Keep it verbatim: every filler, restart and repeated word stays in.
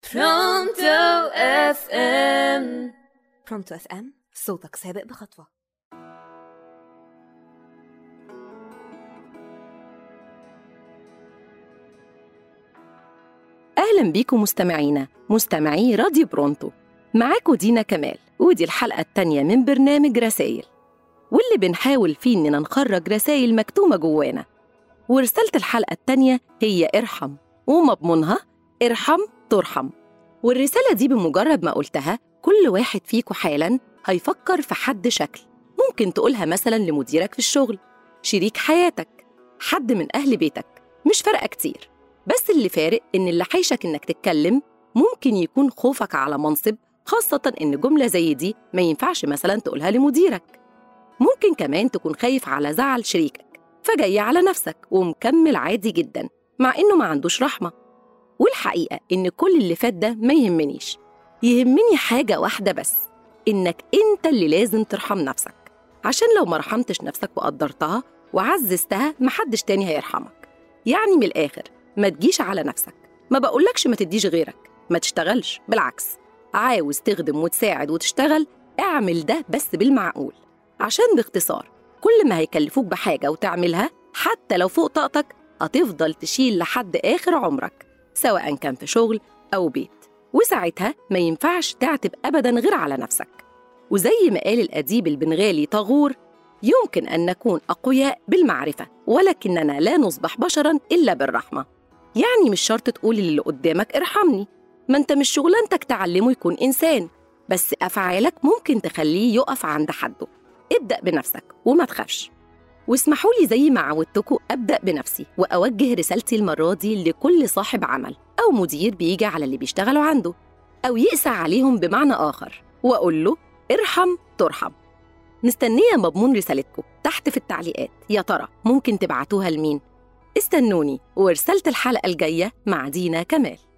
برونتو اف ام. برونتو اف ام، صوتك سابق بخطوة. أهلا بيكم مستمعينا مستمعي راديو برونتو. معاكم دينا كمال، ودي الحلقة التانية من برنامج رسائل، واللي بنحاول فيه إننا نخرج رسائل مكتومة جوانا. ورسالة الحلقة التانية هي ارحم، ومضمونها ارحم ترحم. والرسالة دي بمجرد ما قلتها كل واحد فيكم حالاً هيفكر في حد شكل. ممكن تقولها مثلاً لمديرك في الشغل، شريك حياتك، حد من أهل بيتك، مش فارقة كتير. بس اللي فارق إن اللي حيشك إنك تتكلم ممكن يكون خوفك على منصب، خاصة إن جملة زي دي ما ينفعش مثلاً تقولها لمديرك. ممكن كمان تكون خايف على زعل شريكك، فجاي على نفسك ومكمل عادي جداً مع إنه ما عندوش رحمة. والحقيقة إن كل اللي فات ده ما يهمنيش، يهمني حاجة واحدة بس، إنك أنت اللي لازم ترحم نفسك، عشان لو ما رحمتش نفسك وقدرتها وعززتها محدش تاني هيرحمك. يعني من الآخر ما تجيش على نفسك. ما بقولكش ما تديش غيرك، ما تشتغلش، بالعكس، عاوز تخدم وتساعد وتشتغل، اعمل ده بس بالمعقول. عشان باختصار كل ما هيكلفوك بحاجة وتعملها حتى لو فوق طاقتك هتفضل تشيل لحد آخر عمرك، سواء كان في شغل أو بيت. وساعتها ما ينفعش تعتب أبداً غير على نفسك. وزي ما قال الأديب البنغالي طاغور، يمكن أن نكون أقوياء بالمعرفة ولكننا لا نصبح بشراً إلا بالرحمة. يعني مش شرط تقول اللي قدامك ارحمني، ما انت مش شغلانتك تعلمه يكون إنسان، بس أفعالك ممكن تخليه يقف عند حده. ابدأ بنفسك وما تخافش. واسمحوا لي زي ما عودتكم أبدأ بنفسي وأوجه رسالتي المرة دي لكل صاحب عمل أو مدير بيجي على اللي بيشتغلوا عنده أو يقسى عليهم بمعنى آخر، وأقول له ارحم ترحم. مستنية مضمون رسالتكم تحت في التعليقات. يا ترى ممكن تبعتوها لمين؟ استنوني ورسالة الحلقة الجاية مع دينا كمال.